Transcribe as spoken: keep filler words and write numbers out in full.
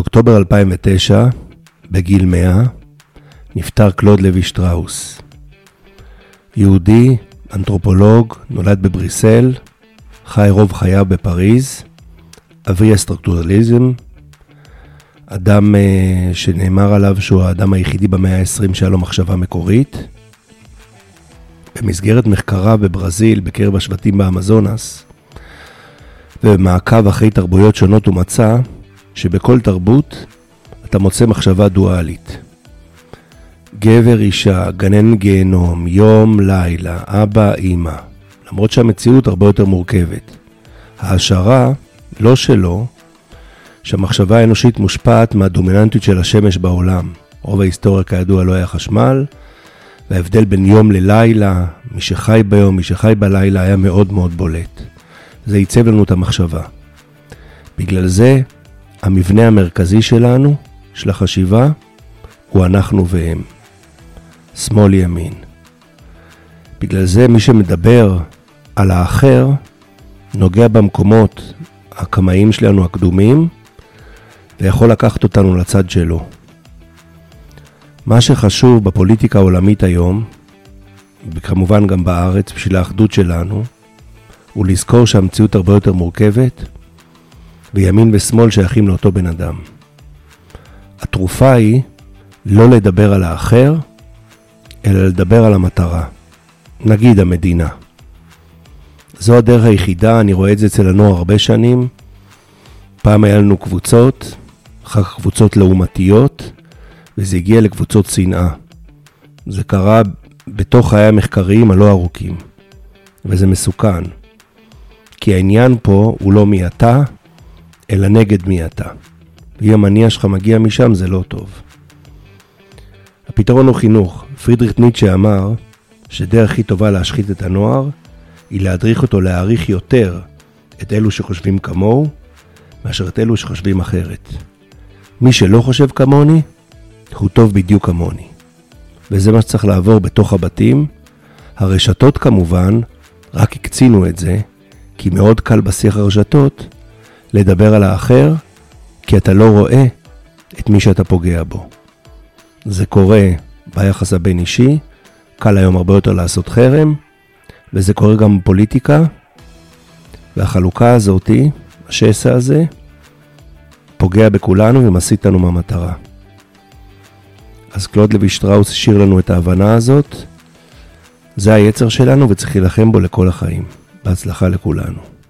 באוקטובר אלפיים ותשע, בגיל מאה, נפטר קלוד לוי שטראוס. יהודי, אנתרופולוג, נולד בבריסל, חי רוב חייו בפריז, אבי הסטרקטורליזם, אדם uh, שנאמר עליו שהוא האדם היחידי במאה ה-עשרים שהיה לו מחשבה מקורית. במסגרת מחקריו בברזיל, בקרב השבטים באמזונס, ובמעקב אחרי תרבויות שונות הוא מצא שבכל תרבות אתה מוצא מחשבה דואלית. גבר, אישה, גנן, גיהנום, יום, לילה, אבא, אמא. למרות שהמציאות הרבה יותר מורכבת. ההשערה, לא שלו, שהמחשבה האנושית מושפעת מהדומיננטיות של השמש בעולם. רוב ההיסטוריה כידוע לא היה חשמל, וההבדל בין יום ללילה, מי שחי ביום, מי שחי בלילה, היה מאוד מאוד בולט. זה ייצב לנו את המחשבה. בגלל זה, המבנה המרכזי שלנו, של החשיבה, הוא אנחנו והם. שמאל ימין. בגלל זה מי שמדבר על האחר, נוגע במקומות הקמאיים שלנו הקדומים, ויכול לקחת אותנו לצד שלו. מה שחשוב בפוליטיקה העולמית היום, וכמובן גם בארץ, בשביל האחדות שלנו, הוא לזכור שהמציאות הרבה יותר מורכבת, וימין ושמאל שייכים לאותו בן אדם. התרופה היא לא לדבר על האחר, אלא לדבר על המטרה. נגיד המדינה. זו הדרך היחידה, אני רואה את זה אצל הנוער הרבה שנים. פעם היה לנו קבוצות, אחר כך קבוצות לעומתיות, וזה הגיע לקבוצות שנאה. זה קרה בתוך חיי המחקריים הלא ארוכים, וזה מסוכן. כי העניין פה הוא לא מי אתה, אלא נגד מי אתה. ואם המניע שלך מגיע משם, זה לא טוב. הפתרון הוא חינוך. פרידריך ניטשה אמר שדרך הכי טובה להשחית את הנוער היא להדריך אותו להעריך יותר את אלו שחושבים כמוהו מאשר את אלו שחושבים אחרת. מי שלא חושב כמוני הוא טוב בדיוק כמוני. וזה מה שצריך לעבור בתוך הבתים. הרשתות כמובן רק הקצינו את זה, כי מאוד קל בשיח הרשתות לדבר על האחר, כי אתה לא רואה את מי שאתה פוגע בו. זה קורה ביחס הבין אישי, קל היום הרבה יותר לעשות חרם, וזה קורה גם בפוליטיקה, והחלוקה הזאת, השסע הזה, פוגע בכולנו ומסיט לנו מהמטרה. אז קלוד לוי שטראוס השאיר לנו את ההבנה הזאת, זה היצר שלנו וצריך להילחם בו לכל החיים. בהצלחה לכולנו.